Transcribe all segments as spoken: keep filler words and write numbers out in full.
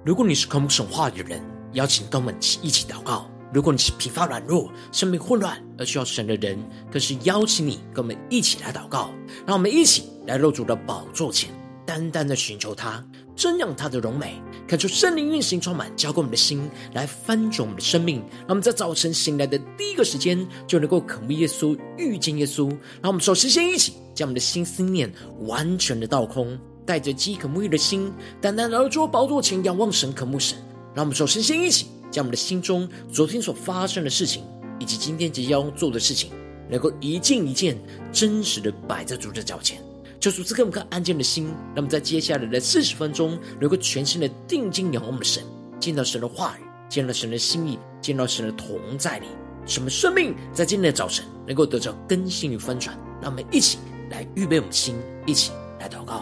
如果你是渴慕神话语的人，邀请跟我们一起祷告。如果你是疲乏软弱、生命混乱而需要神的人，更是邀请你跟我们一起来祷告。让我们一起来到主的宝座前，单单的寻求他，瞻仰他的荣美，看出圣灵运行充满，浇灌我们的心，来翻转我们的生命。让我们在早晨醒来的第一个时间，就能够渴慕耶稣，遇见耶稣。让我们首先先一起将我们的心思念完全的倒空，带着饥渴沐浴的心，单单来到主的宝座前，仰望神，渴慕神。让我们首先先一起将我们的心中昨天所发生的事情，以及今天即将要做的事情，能够一件一件真实的摆在主的脚前。求主赐给我们颗安静的心，让我们在接下来的四十分钟，能够全心的定睛仰望我们的神，见到神的话语，见到神的心意，见到神的同在里，使我们生命在今天的早晨能够得到更新与翻转。让我们一起来预备我们的心，一起来祷告。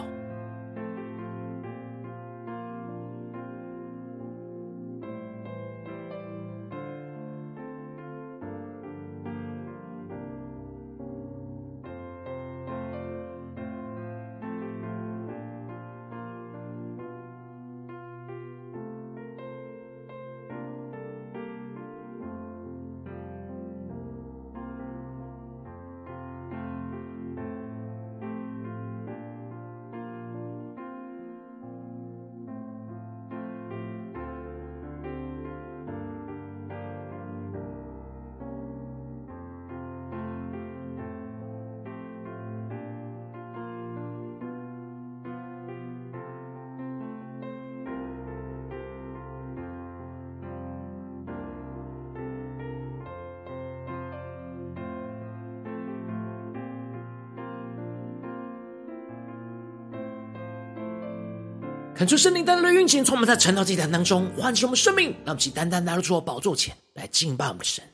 恳求圣灵单单的运行，从我们在晨祷祭坛当中唤醒我们生命，让我们一起单单来到主的宝座前来敬拜我们的神。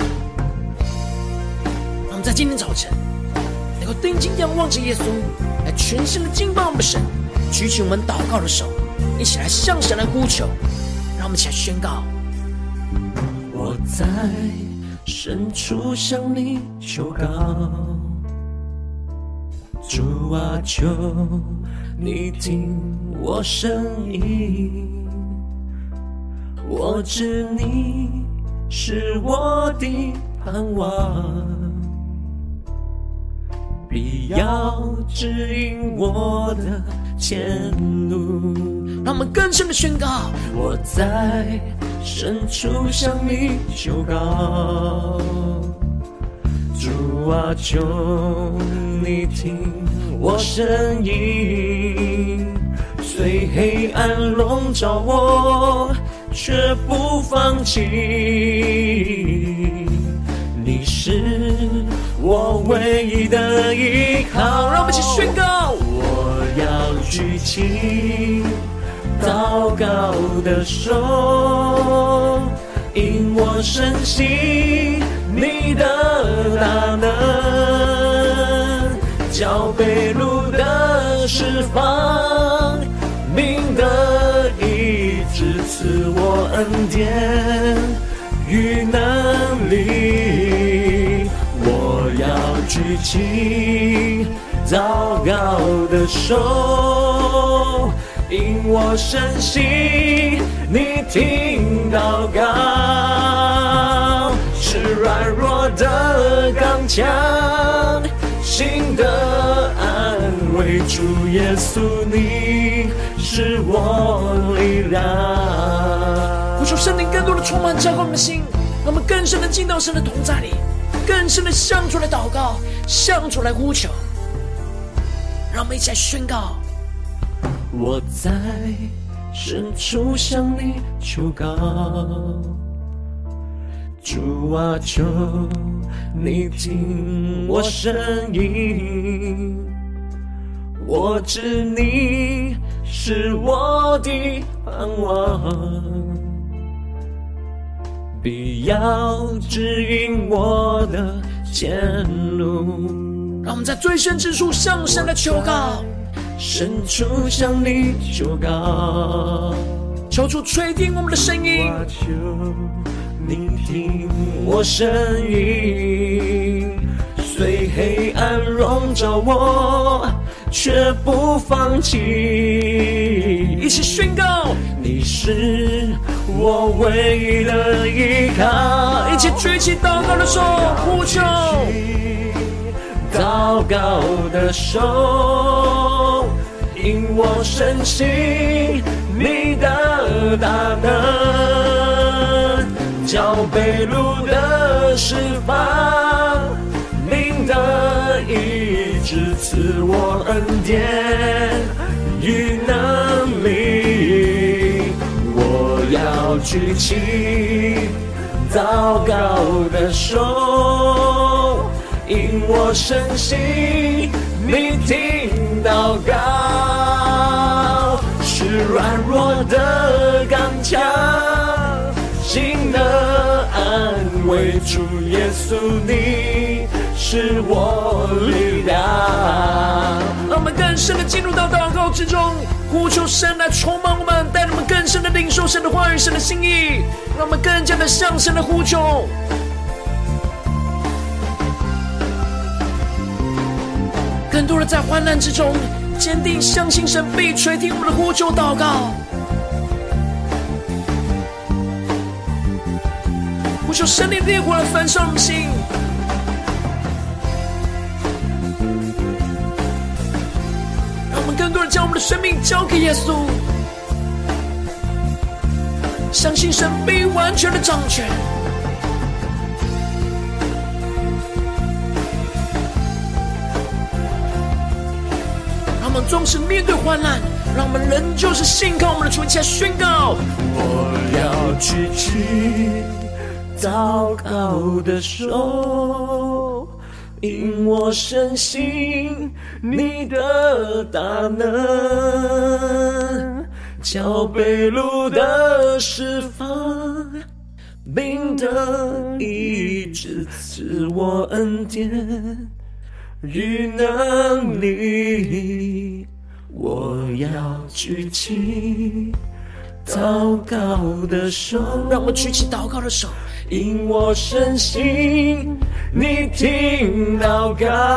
让我们在今天早晨能够定睛仰望着耶稣，来全心的敬拜我们的神，举起我们祷告的手，一起来向神来呼求。让我们一起来宣告： 我在深处向你求告，主啊，求你听我声音，我知你是我的盼望，必要指引我的前路。 让我们更深的宣告： 我在深处向你求告，主啊，求你听我声音，虽黑暗笼罩我，却不放弃。你是我唯一的依靠。 让我们一起宣告： 我要举起祷告的手，因我深信你的大能，叫被掳的释放，命的医治，赐我恩典与能力。我要举起祷告的手，因我深信你听祷告，是软弱的刚强，心的安慰。主耶稣，你是我力量。 呼求圣灵更多的充满浇灌我们的心，让我们更深的进到神的同在里，更深的向主来祷告，向主来呼求。让我们一起来宣告： 我在深处向你求告，主啊，求你听我声音，我知你是我的盼望，必要指引我的前路。 让我们在最深之处向神来求告， 深处向你求告， 求主垂听我们的声音， 求你听我声音， 虽黑暗笼罩我，却不放弃。 一起宣告， 你是我唯一的依靠。 一起举起祷告的手，呼求， 祷告的手，因我深信你的大能，叫被掳的释放，灵的医治，赐我恩典与能力。我要举起祷告的手，因我深信你听祷告，是软弱的刚强，心的安慰。主耶稣，你是我力量。 让我们更深的进入到祷告之中，呼求神来充满我们，带我们更深的领受神的话语、神的心意，让我们更加的向神的呼求。更多的在患难之中坚定相信神必垂听我们的呼求祷告，呼求神的烈火来焚烧我们心，让我们更多的将我们的生命交给耶稣，相信神必完全的掌权。我们纵使面对患难，让我们仍旧是信靠我们的主，一起来宣告： 我要举起祷告的手，因我深信你的大能，叫被掳的释放，病的医治，赐我恩典与能力。我要举起祷告的手， 让我们举起祷告的手， 因我深信你听祷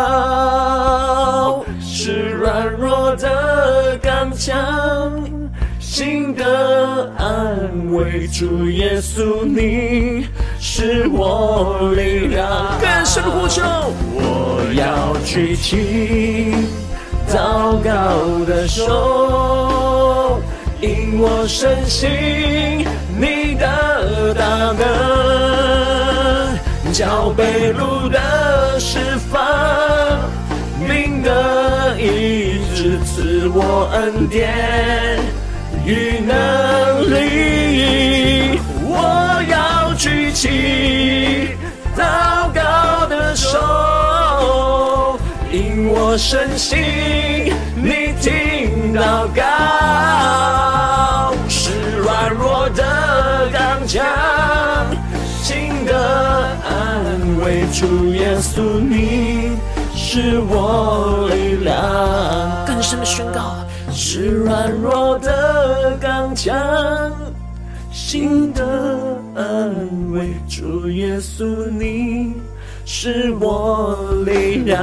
告，是软弱的刚强，心的安慰。主耶稣，你是我力量。 更深的呼求， 我要举起祷告的手，因我深信你的大能，叫被掳的释放，病的医治，赐我恩典与能力。我要举起祷告的手，因我深信你听祷告，是软弱的刚强，心的安慰。主耶稣，你是我力量。 更深的宣告， 是软弱的刚强，心的安慰。主耶稣，你是我力量。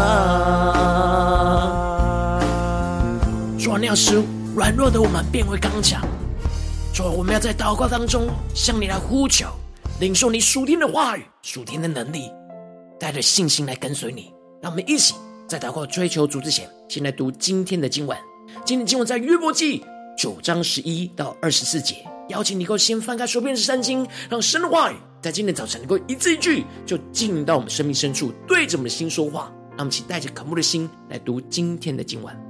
主啊，你要使软弱的我们变为刚强。主啊，我们要在祷告当中向你来呼求，领受你属天的话语、属天的能力，带着信心来跟随你。让我们一起在祷告追求主之前，先来读今天的经文。今天经文在约伯记九章十一到二十四节。邀请你能够先翻开手边的圣经，让神的话语在今天早晨能够一字一句就进到我们生命深处，对着我们的心说话。让我们一起带着渴慕的心来读今天的经文。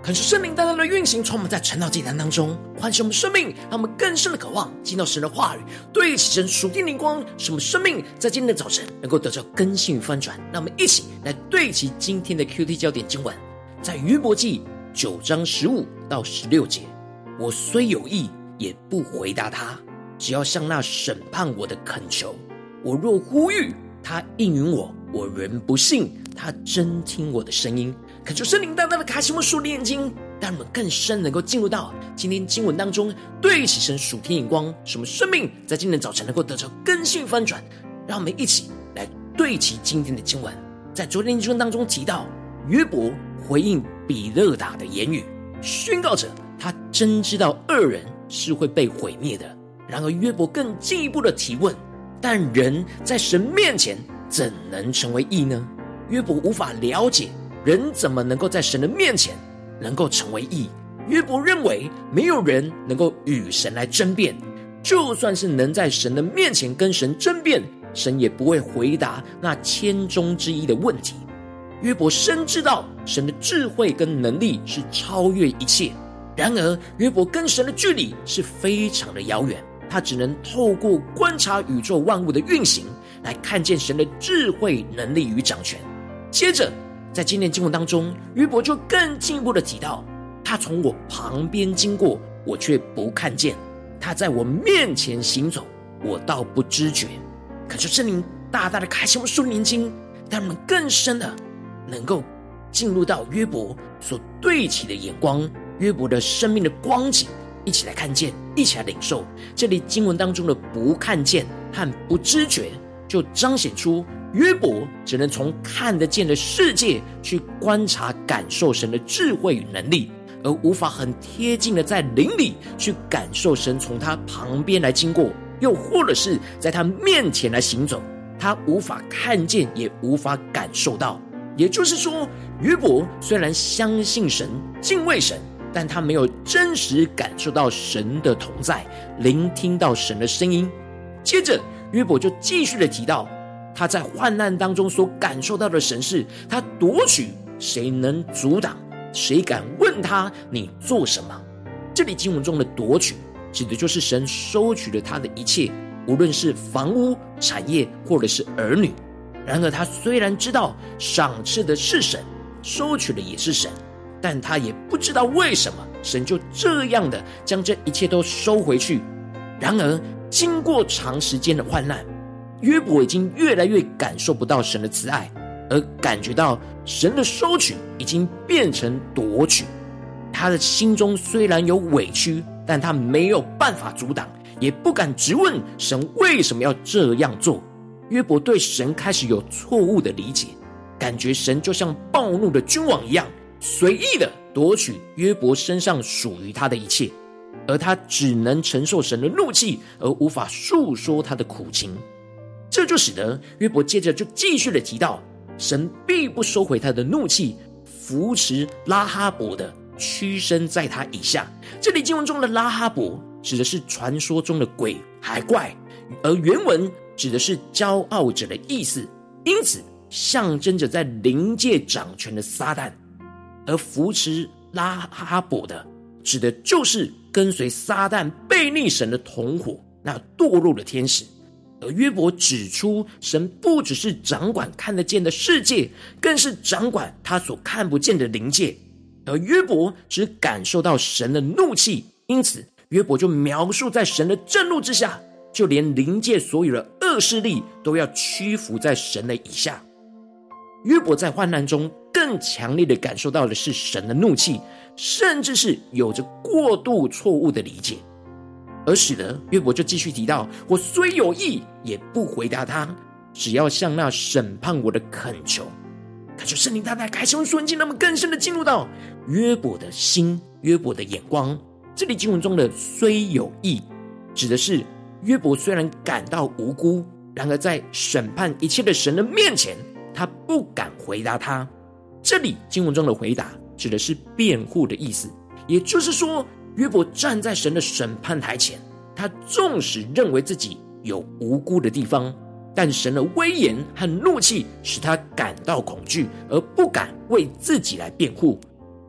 恳求圣灵大大的运行，充满在晨祷祭坛当中，唤醒我们生命，让我们更深的渴望进到神的话语，对齐神属天灵光，使我们生命在今天的早晨能够得到更新与翻转。让我们一起来对齐今天的 Q T 焦点经文，在约伯记九章十五到十六节。我虽有意，也不回答他，只要向那审判我的恳求。我若呼吁，他应允我，我仍不信他真听我的声音。恳求圣灵大大的开启我们属灵眼睛，让我们更深能够进入到今天经文当中，对齐神属天眼光，使我们生命在今天早晨能够得到更新翻转。让我们一起来对齐今天的经文。在昨天的经文当中提到，约伯回应比勒达的言语，宣告着他真知道恶人是会被毁灭的。然而约伯更进一步的提问，但人在神面前怎能成为义呢？约伯无法了解人怎么能够在神的面前能够成为义。约伯认为没有人能够与神来争辩，就算是能在神的面前跟神争辩，神也不会回答那千中之一的问题。约伯深知道神的智慧跟能力是超越一切，然而约伯跟神的距离是非常的遥远，他只能透过观察宇宙万物的运行来看见神的智慧能力与掌权。接着在今天经文当中，约伯就更进一步的提到，他从我旁边经过，我却不看见；他在我面前行走，我倒不知觉。可是圣灵大大的开启我们属灵眼睛，让我们更深的能够进入到约伯所对齐的眼光，约伯的生命的光景，一起来看见，一起来领受。这里经文当中的不看见和不知觉，就彰显出约伯只能从看得见的世界去观察感受神的智慧与能力，而无法很贴近的在灵里去感受神从他旁边来经过，又或者是在他面前来行走，他无法看见也无法感受到。也就是说，约伯虽然相信神敬畏神，但他没有真实感受到神的同在，聆听到神的声音。接着约伯就继续的提到，他在患难当中所感受到的神是他夺取，谁能阻挡？谁敢问他你做什么？这里经文中的夺取指的就是神收取了他的一切，无论是房屋、产业或者是儿女。然而他虽然知道赏赐的是神，收取的也是神，但他也不知道为什么神就这样的将这一切都收回去。然而经过长时间的患难，约伯已经越来越感受不到神的慈爱，而感觉到神的收取已经变成夺取。他的心中虽然有委屈，但他没有办法阻挡，也不敢质问神为什么要这样做。约伯对神开始有错误的理解，感觉神就像暴怒的君王一样，随意的夺取约伯身上属于他的一切，而他只能承受神的怒气，而无法诉说他的苦情。这就使得约伯接着就继续的提到，神必不收回他的怒气，扶持拉哈伯的屈身在他以下。这里经文中的拉哈伯指的是传说中的鬼海怪，而原文指的是骄傲者的意思，因此象征着在灵界掌权的撒旦。而扶持拉哈伯的指的就是跟随撒旦背逆神的同伙，那堕落的天使。而约伯指出，神不只是掌管看得见的世界，更是掌管他所看不见的灵界。而约伯只感受到神的怒气，因此约伯就描述在神的震怒之下，就连灵界所有的恶势力都要屈服在神的以下。约伯在患难中更强烈的感受到的是神的怒气，甚至是有着过度错误的理解，而使得约伯就继续提到，我虽有意也不回答他，只要向那审判我的恳求。恳求圣灵大大开启我们属灵眼睛，让我们更深的进入到约伯的心，约伯的眼光。这里经文中的虽有意指的是约伯虽然感到无辜，然而在审判一切的神的面前，他不敢回答他。这里经文中的回答指的是辩护的意思，也就是说，约伯站在神的审判台前，他纵使认为自己有无辜的地方，但神的威严和怒气使他感到恐惧，而不敢为自己来辩护。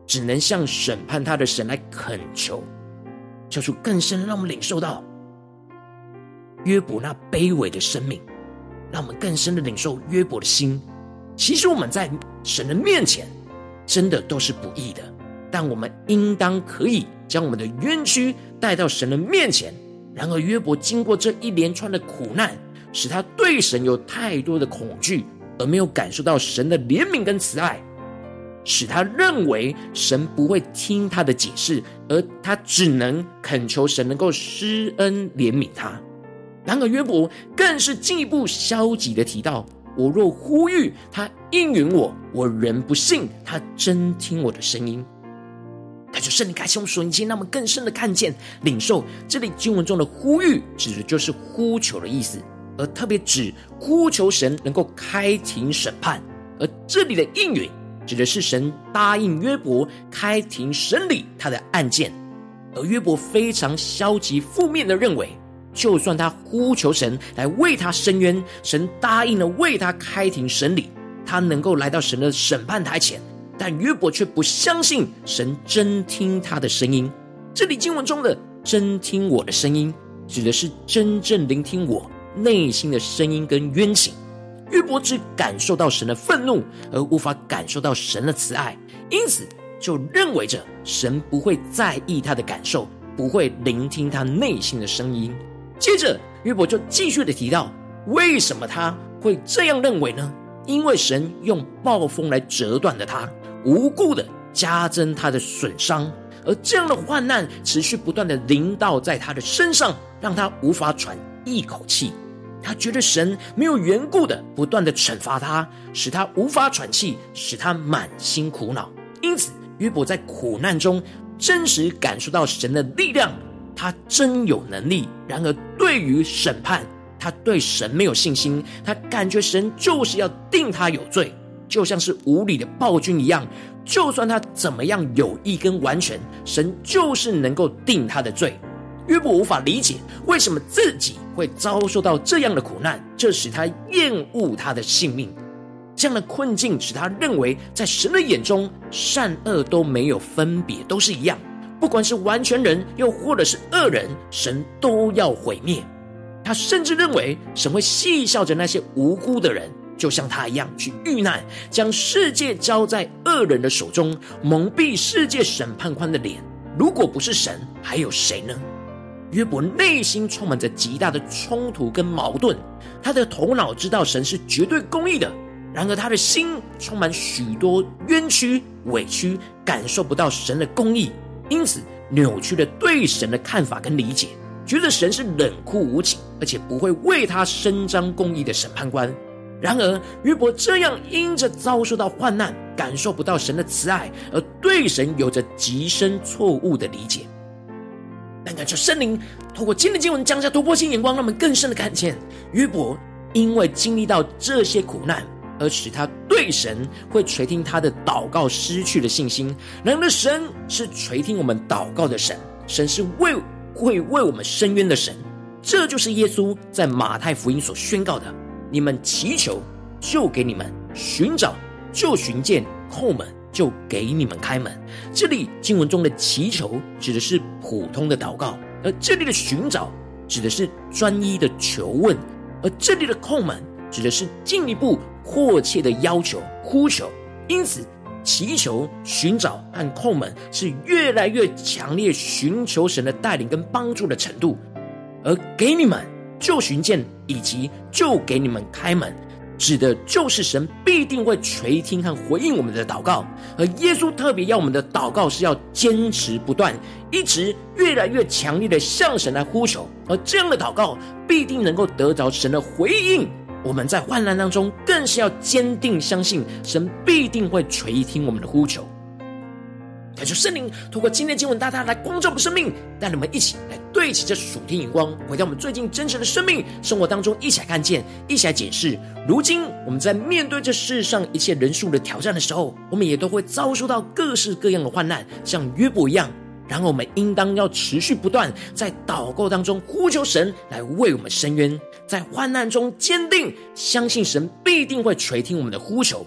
只能向审判他的神来恳求。求主更深让我们领受到约伯那卑微的生命，让我们更深的领受约伯的心。其实我们在神的面前真的都是不义的，但我们应当可以将我们的冤屈带到神的面前。然而约伯经过这一连串的苦难，使他对神有太多的恐惧，而没有感受到神的怜悯跟慈爱，使他认为神不会听他的解释，而他只能恳求神能够施恩怜悯他。然而约伯更是进一步消极的提到，我若呼吁他应允我，我仍不信他真听我的声音。他就圣灵开启我们属灵心，让我们更深的看见领受这里经文中的呼吁指的就是呼求的意思，而特别指呼求神能够开庭审判。而这里的应允指的是神答应约伯开庭审理他的案件。而约伯非常消极负面的认为，就算他呼求神来为他伸冤，神答应了为他开庭审理，他能够来到神的审判台前，但约伯却不相信神真听他的声音。这里经文中的真听我的声音，指的是真正聆听我内心的声音跟冤情。约伯只感受到神的愤怒，而无法感受到神的慈爱，因此就认为着神不会在意他的感受，不会聆听他内心的声音。接着约伯就继续的提到，为什么他会这样认为呢？因为神用暴风来折断了他，无故的加增他的损伤，而这样的患难持续不断的临到在他的身上，让他无法喘一口气。他觉得神没有缘故的不断的惩罚他，使他无法喘气，使他满心苦恼。因此约伯在苦难中真实感受到神的力量，他真有能力。然而对于审判，他对神没有信心，他感觉神就是要定他有罪，就像是无理的暴君一样，就算他怎么样有意跟完全，神就是能够定他的罪。约伯无法理解为什么自己会遭受到这样的苦难，这使他厌恶他的性命。这样的困境使他认为在神的眼中善恶都没有分别，都是一样，不管是完全人又或者是恶人，神都要毁灭。他甚至认为神会戏笑着那些无辜的人，就像他一样去遇难，将世界交在恶人的手中，蒙蔽世界审判官的脸。如果不是神，还有谁呢？约伯内心充满着极大的冲突跟矛盾，他的头脑知道神是绝对公义的，然而他的心充满许多冤屈委屈，感受不到神的公义，因此扭曲了对神的看法跟理解，觉得神是冷酷无情，而且不会为他伸张公义的审判官。然而约伯这样因着遭受到患难，感受不到神的慈爱，而对神有着极深错误的理解。但感谢圣灵透过今天的经文降下突破性眼光，让我们更深的看见约伯因为经历到这些苦难，而使他对神会垂听他的祷告失去了信心。然而神是垂听我们祷告的神，神是为会为我们伸冤的神。这就是耶稣在马太福音所宣告的，你们祈求就给你们，寻找就寻见，叩门就给你们开门。这里经文中的祈求指的是普通的祷告，而这里的寻找指的是专一的求问，而这里的叩门指的是进一步迫切的要求呼求。因此祈求、寻找和叩门是越来越强烈寻求神的带领跟帮助的程度，而给你们就寻见以及就给你们开门指的就是神必定会垂听和回应我们的祷告。而耶稣特别要我们的祷告是要坚持不断，一直越来越强烈的向神来呼求，而这样的祷告必定能够得着神的回应。我们在患难当中更是要坚定相信神必定会垂听我们的呼求。感谢圣灵透过今天的经文大大来光照我们生命，带领我们一起来对齐这属天眼光，回到我们最近真实的生命生活当中，一起来看见，一起来检视。如今我们在面对这世上一切人数的挑战的时候，我们也都会遭受到各式各样的患难，像约伯一样。然后我们应当要持续不断在祷告当中呼求神来为我们伸冤，在患难中坚定相信神必定会垂听我们的呼求。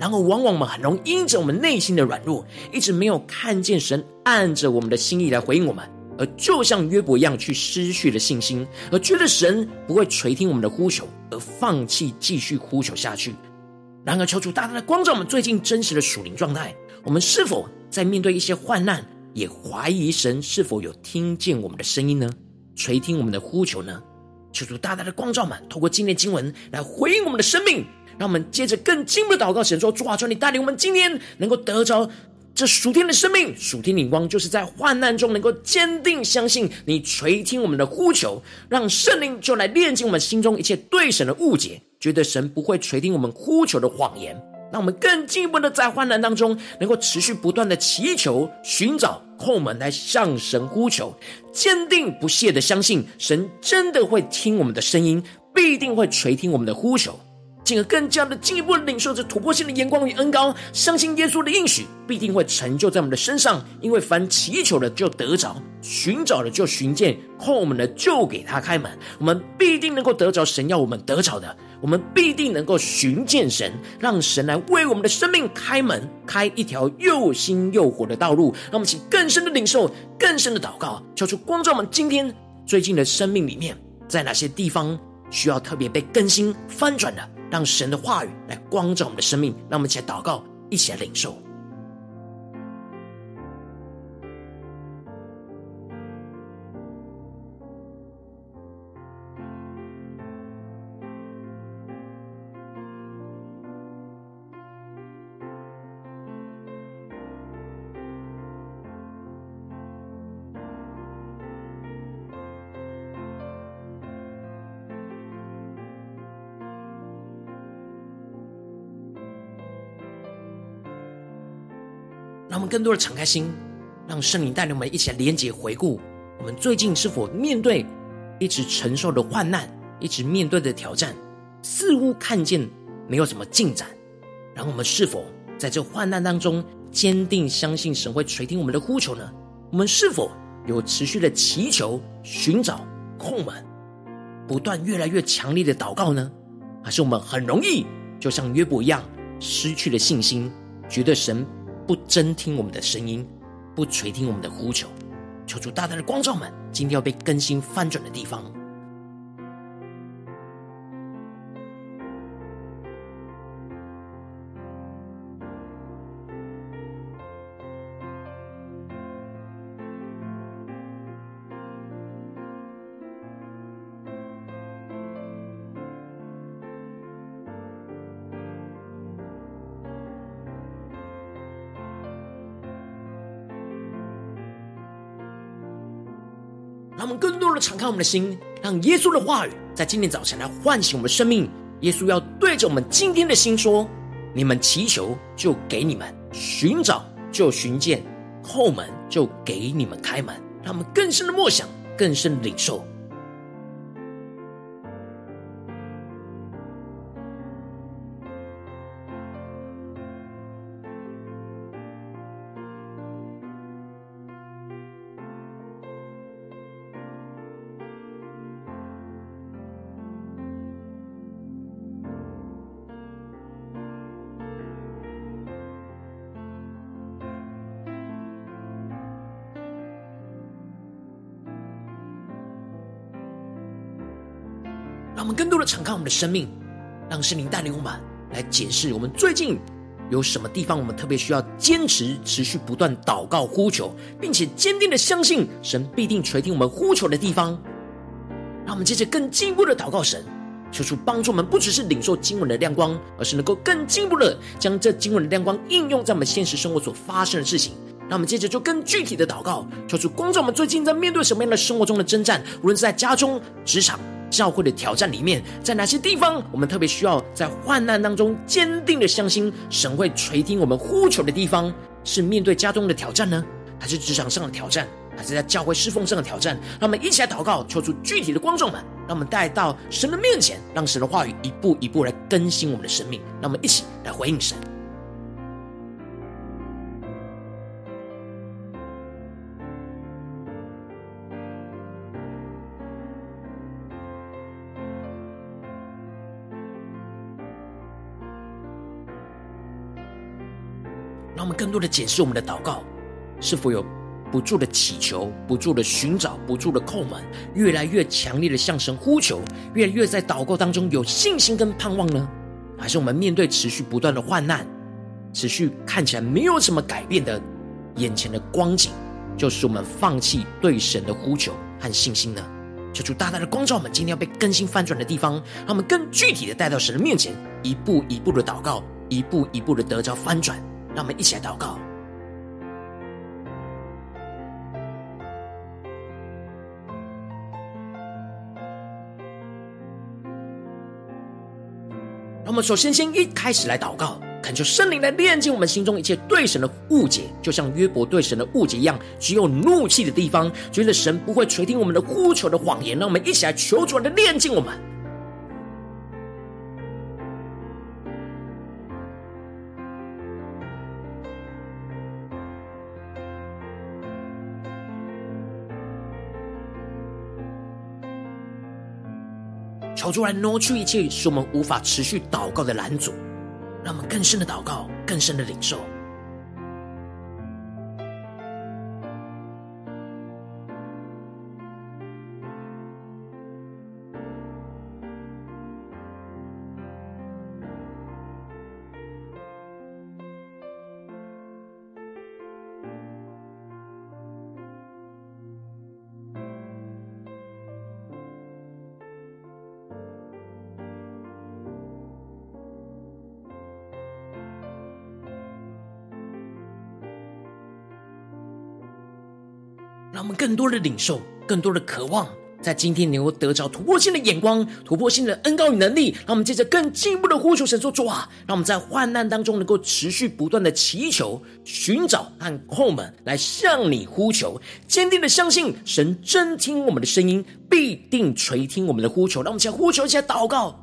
然而往往我们很容易因着我们内心的软弱，一直没有看见神按着我们的心意来回应我们，而就像约伯一样去失去了信心，而觉得神不会垂听我们的呼求，而放弃继续呼求下去。然而求主大大的光照我们最近真实的属灵状态，我们是否在面对一些患难，也怀疑神是否有听见我们的声音呢？垂听我们的呼求呢？求主大大的光照们，透过今天的经文来回应我们的生命，让我们接着更进一步的祷告，神说：主啊，求你带领我们今天能够得着这属天的生命，属天领光，就是在患难中能够坚定相信你垂听我们的呼求，让圣灵就来炼净我们心中一切对神的误解，觉得神不会垂听我们呼求的谎言。让我们更进一步的在患难当中能够持续不断的祈求寻找叩门来向神呼求，坚定不懈的相信神真的会听我们的声音，必定会垂听我们的呼求，进而更加的进一步的领受着突破性的眼光与恩膏，相信耶稣的应许必定会成就在我们的身上。因为凡祈求的就得着，寻找的就寻见，叩门的就给他开门。我们必定能够得着神要我们得着的，我们必定能够寻见神，让神来为我们的生命开门，开一条又新又活的道路。让我们一起更深的领受，更深的祷告，求出光照我们今天最近的生命里面，在哪些地方需要特别被更新翻转的，让神的话语来光照我们的生命。让我们一起来祷告，一起来领受。让我们更多的敞开心，让圣灵带领我们一起来连结回顾我们最近是否面对一直承受的患难，一直面对的挑战，似乎看见没有什么进展。然后我们是否在这患难当中坚定相信神会垂听我们的呼求呢？我们是否有持续的祈求寻找叩门，不断越来越强烈的祷告呢？还是我们很容易就像约伯一样失去了信心，觉得神不真听我们的声音，不垂听我们的呼求？求主大大的光照们今天要被更新翻转的地方。让我们更多的敞开我们的心，让耶稣的话语在今天早晨来唤醒我们的生命。耶稣要对着我们今天的心说：你们祈求就给你们，寻找就寻见，叩门就给你们开门。让我们更深的默想，更深的领受。让我们更多的敞开我们的生命，让圣灵带领我们来解释我们最近有什么地方我们特别需要坚持持续不断祷告呼求，并且坚定的相信神必定垂听我们呼求的地方。让我们接着更进一步的祷告神，求主帮助我们不只是领受经文的亮光，而是能够更进一步的将这经文的亮光应用在我们现实生活所发生的事情。让我们接着就更具体的祷告，求主光照我们最近在面对什么样的生活中的征战，无论是在家中、职场、教会的挑战里面，在哪些地方我们特别需要在患难当中坚定的相信神会垂听我们呼求的地方？是面对家中的挑战呢，还是职场上的挑战，还是在教会侍奉上的挑战？让我们一起来祷告，求出具体的光照们，让我们带到神的面前，让神的话语一步一步来更新我们的生命。让我们一起来回应神。 让我们更多的检视我们的祷告，是否有不住的祈求，不住的寻找，不住的叩门，越来越强烈的向神呼求，越来越在祷告当中有信心跟盼望呢？还是我们面对持续不断的患难，持续看起来没有什么改变的眼前的光景，就是我们放弃对神的呼求和信心呢？求主大大的光照我们今天要被更新翻转的地方，让我们更具体的带到神的面前，一步一步的祷告，一步一步的得着翻转。让我们一起来祷告。让我们首先先一开始来祷告，恳求圣灵来炼净我们心中一切对神的误解，就像约伯对神的误解一样，只有怒气的地方，觉得神不会垂听我们的呼求的谎言。让我们一起来求主来炼净我们。求主来挪去一切使我们无法持续祷告的拦阻，让我们更深的祷告，更深的领受。让我们更多的领受，更多的渴望，在今天能够得着突破性的眼光，突破性的恩膏与能力。让我们接着更进一步的呼求神说，主啊，让我们在患难当中能够持续不断的祈求、寻找和叩门，来向你呼求，坚定的相信神真听我们的声音，必定垂听我们的呼求。让我们一起来呼求，一起来祷告。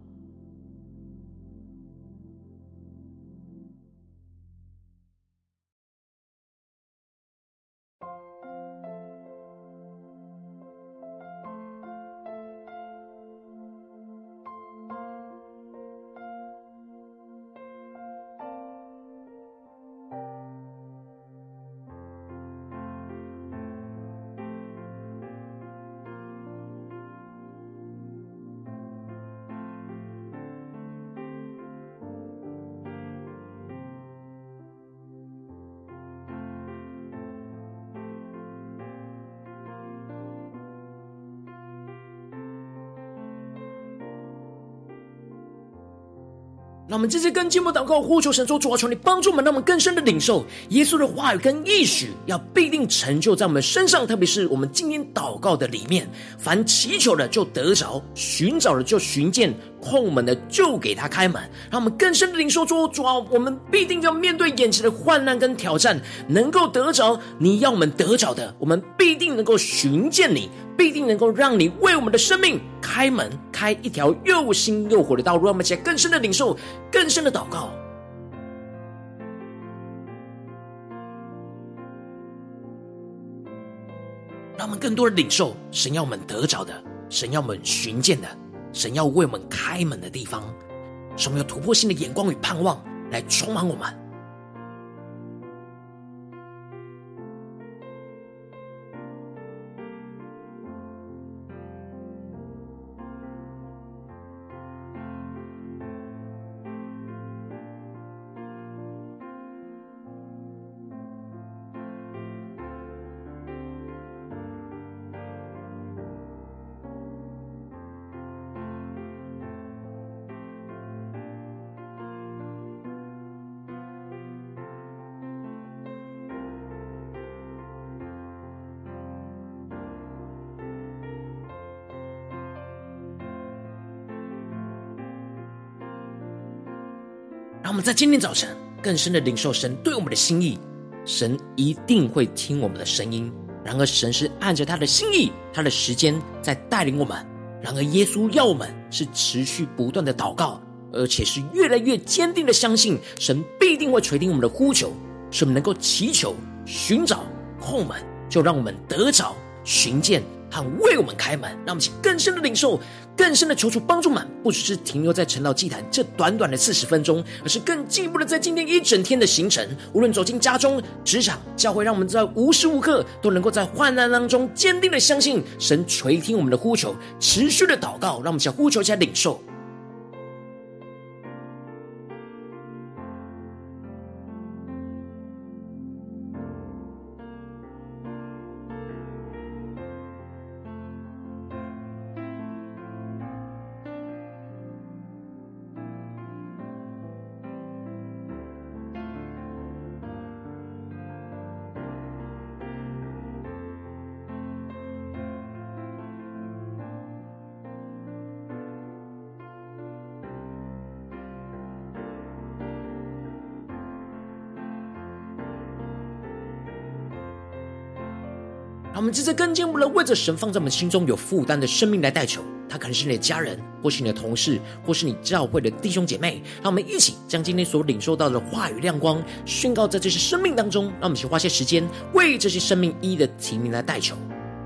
让我们这次更进一步祷告，呼求神说，主啊，求你帮助我们，让我们更深的领受耶稣的话语跟应许，要必定成就在我们身上。特别是我们今天祷告的里面，凡祈求的就得着，寻找的就寻见，叩门的就给他开门。让我们更深的领受说，主啊，我们必定要面对眼前的患难跟挑战，能够得着你要我们得着的，我们必定能够寻见你，必定能够让你为我们的生命开门，开一条又新又活的道路。让我们一起来更深的领受，更深的祷告。让我们更多的领受神要我们得着的，神要我们寻见的，神要为我们开门的地方，使我们有突破性的眼光与盼望来充满我们。让我们在今天早晨更深的领受神对我们的心意，神一定会听我们的声音。然而神是按着他的心意，他的时间在带领我们。然而耶稣要我们是持续不断的祷告，而且是越来越坚定的相信神必定会垂听我们的呼求，使我们能够祈求、寻找、叩门，就让我们得着、寻见， 和为我们开门。让我们请更深的领受，更深的求主帮助们，不只是停留在晨祷祭坛这短短的四十分钟，而是更进一步的在今天一整天的行程，无论走进家中、职场、教会，让我们在无时无刻都能够在患难当中坚定的相信神垂听我们的呼求，持续的祷告。让我们想呼求，起来领受。让我们接着更进一步的为着神放在我们心中有负担的生命来代求。他可能是你的家人，或是你的同事，或是你教会的弟兄姐妹。让我们一起将今天所领受到的话语亮光宣告在这些生命当中。让我们一起花些时间为这些生命一一的提名来代求。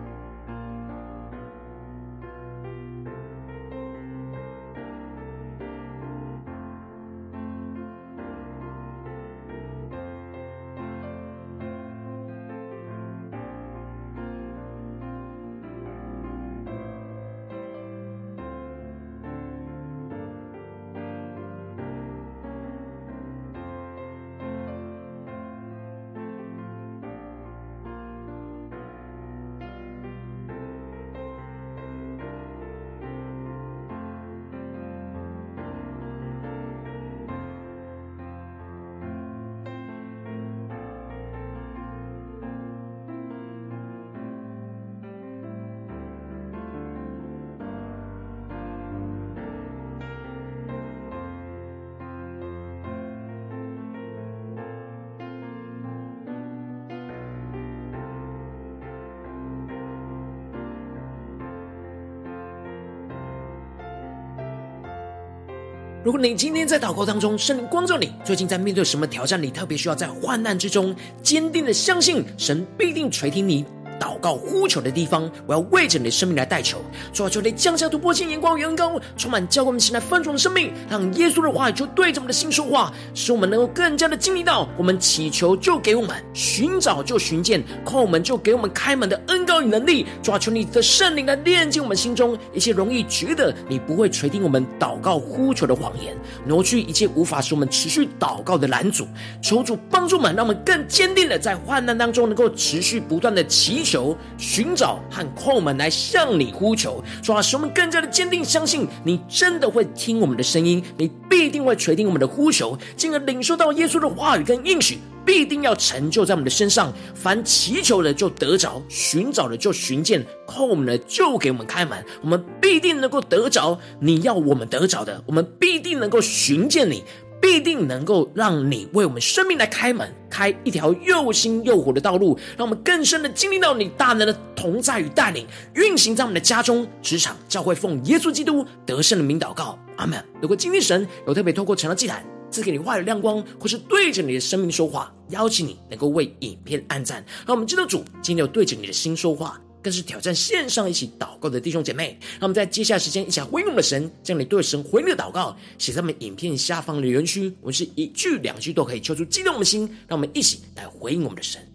如果你今天在祷告当中，圣灵光照你，最近在面对什么挑战，你特别需要在患难之中坚定的相信神必定垂听你祷告呼求的地方，我要为着你的生命来代求。主啊，求你降下突破性眼光与恩膏，充满教会我们现在翻转的生命，让耶稣的话语就对着我们的心说话，使我们能够更加的经历到我们祈求就给我们，寻找就寻见，叩门就给我们开门的恩膏与能力。主啊，求你的圣灵来炼净我们心中一切容易觉得你不会垂听我们祷告呼求的谎言，挪去一切无法使我们持续祷告的拦阻。求主帮助我们，让我们更坚定的在患难当中能够持续不断的祈求、寻找和叩门来向你呼求。主啊，使我们更加的坚定相信你真的会听我们的声音，你必定会垂听我们的呼求，进而领受到耶稣的话语跟应许必定要成就在我们的身上。凡祈求的就得着，寻找的就寻见，叩门的就给我们开门。我们必定能够得着你要我们得着的，我们必定能够寻见你，必定能够让你为我们生命来开门，开一条又新又活的道路，让我们更深的经历到你大能的同在与带领，运行在我们的家中、职场、教会，奉耶稣基督得胜的名祷告，阿们。如果今天神有特别透过晨祷祭坛赐给你话语亮光，或是对着你的生命说话，邀请你能够为影片按赞，让我们知道主今天有对着你的心说话，更是挑战线上一起祷告的弟兄姐妹。让我们在接下来时间一起来回应我们的神，将你对神回应的祷告写在我们影片下方的留言区，我们是一句两句都可以求出激动我们的心，让我们一起来回应我们的神。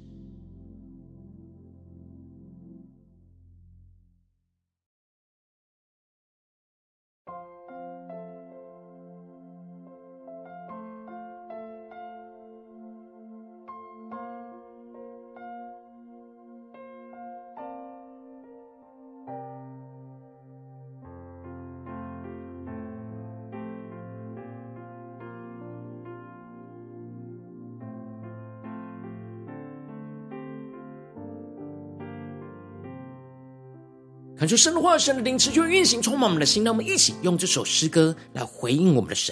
恳求神的话语、神的灵持续运行，充满我们的心，让我们一起用这首诗歌来回应我们的神，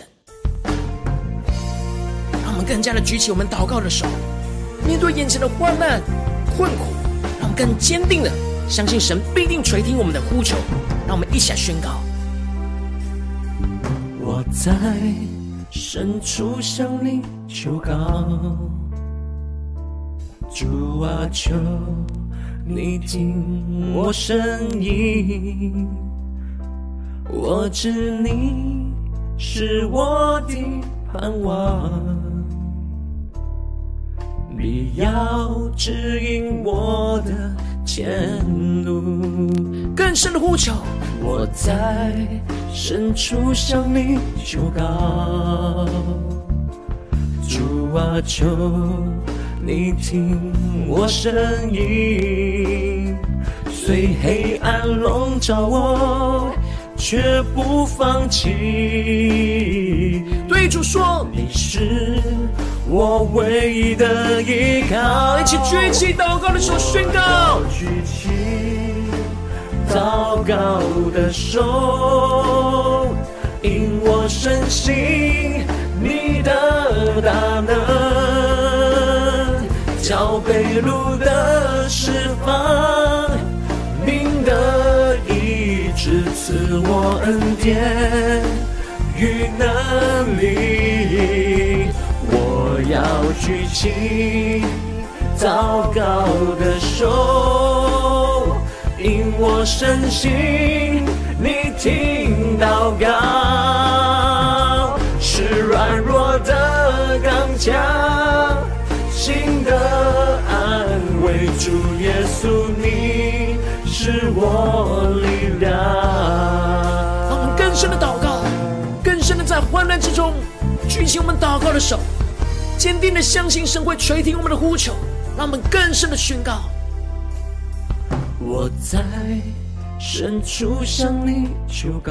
让我们更加的举起我们祷告的手，面对眼前的患难困苦，让我们更坚定的相信神必定垂听我们的呼求。让我们一起来宣告： 我在深处向你求告，主啊，求你听我声音，我知你是我的盼望，你要指引我的前路。 更深的呼求， 我在深处向你求告，主啊，求你听我声音，虽黑暗笼罩我，却不放弃。 对主说， 你是我唯一的依靠。 一起举起祷告的手宣告， 举起祷告的手，因我深信你的大能，叫被掳的释放，命的医治，赐我恩典与能力。我要举起祷告的手，因我深信你听祷告，是软弱的刚强，心的安慰。主耶稣，你是我力量。 让我们更深的祷告，更深的在患难之中举起我们祷告的手，坚定的相信神会垂听我们的呼求。让我们更深的宣告， 我在深处向你求告，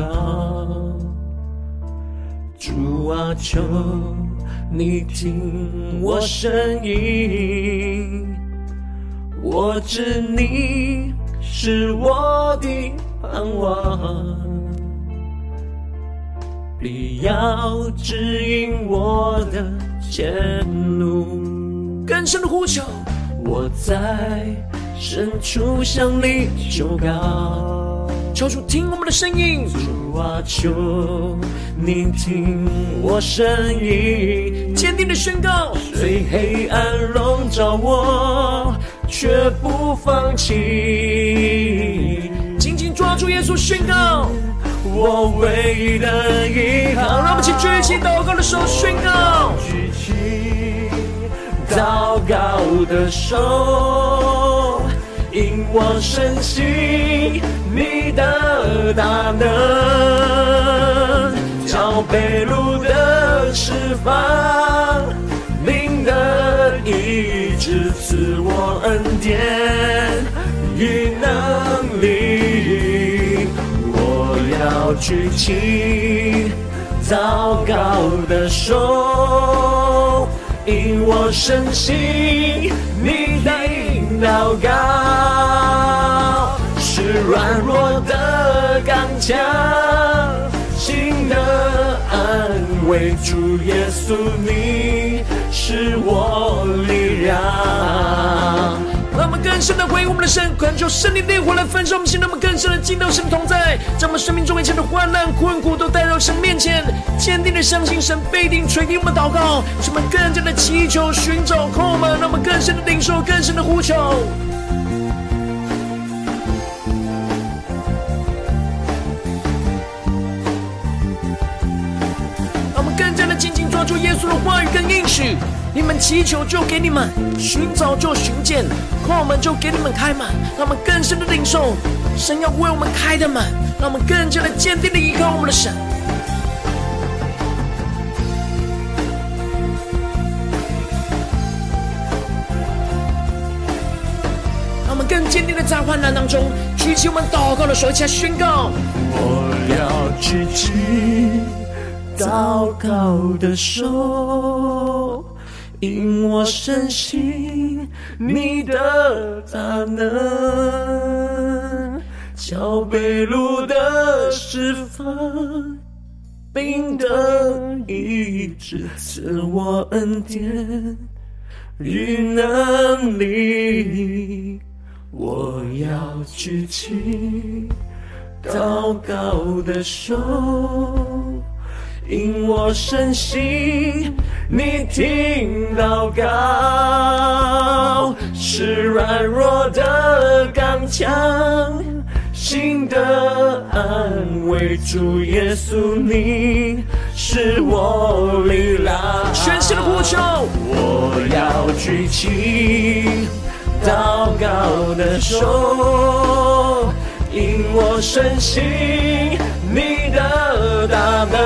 主啊，求你听我声音，我知你是我的盼望，必要指引我的前路。 更深的呼求， 我在深处向你求告， 求主听我们的声音。 主啊，求你听我声音， 坚定的宣告， 虽黑暗笼罩我，却不放弃。 紧紧抓住耶稣，宣告我唯一的依靠。 让我们一起举起祷告的手，宣告， 举起祷告的手，因我深信你的大能，叫被掳的释放，命的医治，赐我恩典与能力。我要举起祷告的手，因我深信你的祷告，是软弱的刚强，心的安慰。主耶稣，你是我力量。 让我们更深的回应我们的神，恳求圣灵烈火来焚烧我们心，让我们更深的进到神同在，将我们生命中一切的患难困苦都带到神面前，坚定的相信神必定垂听我们祷告，使我们更加的祈求寻找叩问，让我们更深的领受，更深的呼求。让我们更加的紧紧抓住耶稣的话语跟应许，你们祈求就给你们，寻找就寻见，叩门就给你们开门。让我们更深的领受神要为我们开的门，让我们更加的坚定的依靠我们的神。让我们更坚定的在患难当中举起我们祷告的手，一起来宣告， 我要举起祷告的手，因我深信你的大能，叫被掳的释放，病的医治，赐我恩典与能力。我要举起祷告的手， 因我深信你听祷告，是软弱的刚强，心的安慰。主耶稣，你是我力量。 全新的呼求， 我要举起祷告的手，因我深信你的大能，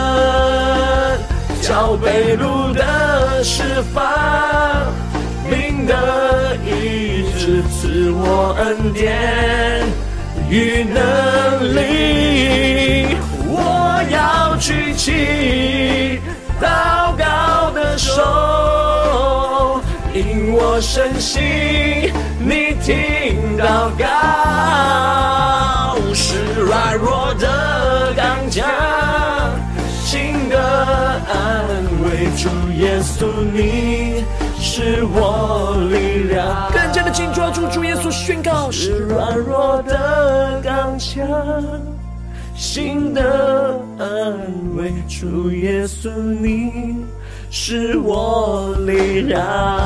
叫被掳的释放，病的医治，赐我恩典与能力。我要举起祷告的手，因我深信你听祷告，是软弱的刚强，心的安慰。主耶稣，你是我力量。 更加的紧抓住主耶稣，宣告是软弱的刚强，心的安慰。主耶稣，你是我力量。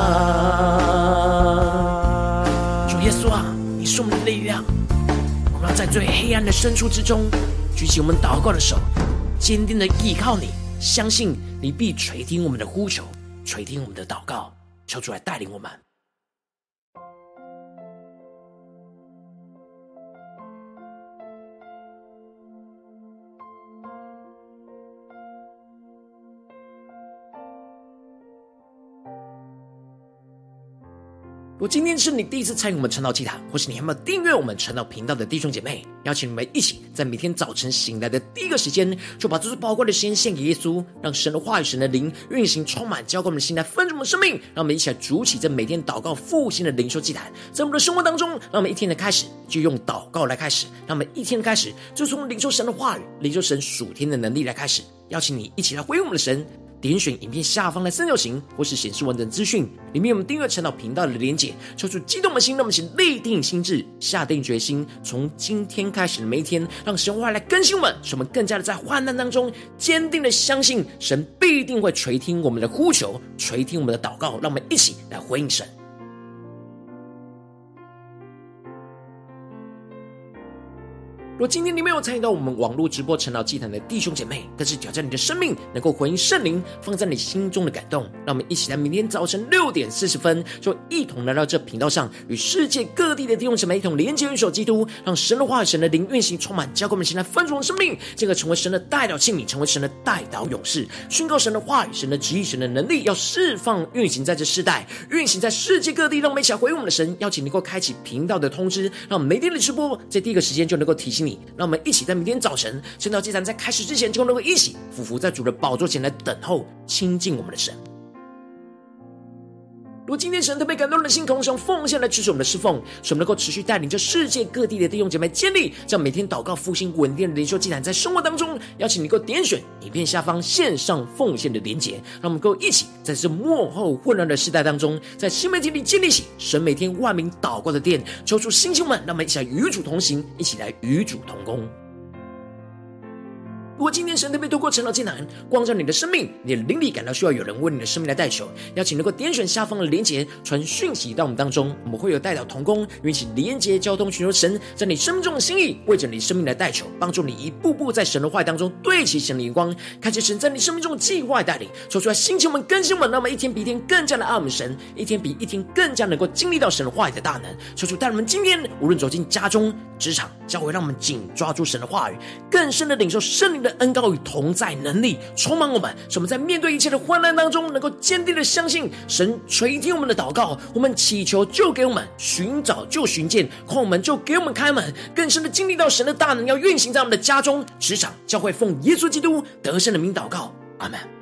主耶稣啊，你是我们的力量，我们要在最黑暗的深处之中举起我们祷告的手，坚定的依靠你，相信你必垂听我们的呼求，垂听我们的祷告，求主来带领我们。如果今天是你第一次参与我们晨祷祭坛，或是你还没有订阅我们晨祷频道的弟兄姐妹，邀请你们一起在每天早晨醒来的第一个时间，就把这最宝贵的时间献给耶稣，让神的话语、神的灵运行充满，浇灌我们的心，来分盛我们的生命。让我们一起来筑起这每天祷告复兴的灵修祭坛，在我们的生活当中，让我们一天的开始就用祷告来开始，让我们一天的开始就从领受神的话语、领受神属天的能力来开始。邀请你一起来回应我们的神，点选影片下方的三角形，或是显示完整资讯里面有我们订阅晨祷频道的连结，抽出激动的心，让我们一起立定心志，下定决心，从今天开始的每一天，让神话来更新我们，使我们更加的在患难当中坚定的相信神必定会垂听我们的呼求，垂听我们的祷告。让我们一起来回应神。若今天你没有参与到我们网络直播晨祷祭坛的弟兄姐妹，更是挑战你的生命能够回应圣灵放在你心中的感动。让我们一起在明天早晨六点四十分，就一同来到这频道上，与世界各地的弟兄姐妹一同连接、运手基督，让神的话语、神的灵运行充满，浇灌我们现在丰足的生命，进而成为神的代祷器皿，成为神的代祷勇士，宣告神的话语、神的旨意、神的能力，要释放运行在这世代，运行在世界各地。让我们一起来回应我们的神，邀请能够开启频道的通知，让我们每天的直播在第一个时间就能够提醒你。让我们一起在明天早晨晨祷祭坛在开始之前，就能够一起俯伏在主的宝座前来等候亲近我们的神。如果今天神特别感动的心，同时用奉献来支持我们的侍奉，使我们能够持续带领着世界各地的弟兄姐妹建立这样每天祷告复兴稳定的灵修祭坛，在生活当中，邀请你能够点选影片下方线上奉献的连结，让我们能够一起在这末后混乱的时代当中，在新媒体里建立起神每天万名祷告的殿，求出星星们，让我们一起来与主同行，一起来与主同工。如果今天神特别透过晨祷祭坛光照你的生命，你的灵里感到需要有人为你的生命来代求，邀请能够点选下方的连结，传讯息到我们当中，我们会有代祷同工与一起连结交通，寻求神在你生命中的心意，为着你生命来代求，帮助你一步步在神的话语当中对齐神的眼光，看见神在你生命中的计划带领，说出来兴起我们更新我们，让我们一天比一天更加的爱我们神，一天比一天更加能够经历到神的话语的大能。说出带我们今天无论走进家中、职场、教会，让我们紧抓住神的话语，更深的领受圣灵的恩膏与同在能力，充满我们，使我们在面对一切的患难当中，能够坚定的相信神垂听我们的祷告，我们祈求就给我们，寻找就寻见，叩门就给我们开门，更深的经历到神的大能要运行在我们的家中、职场、教会，奉耶稣基督得胜的名祷告，阿们。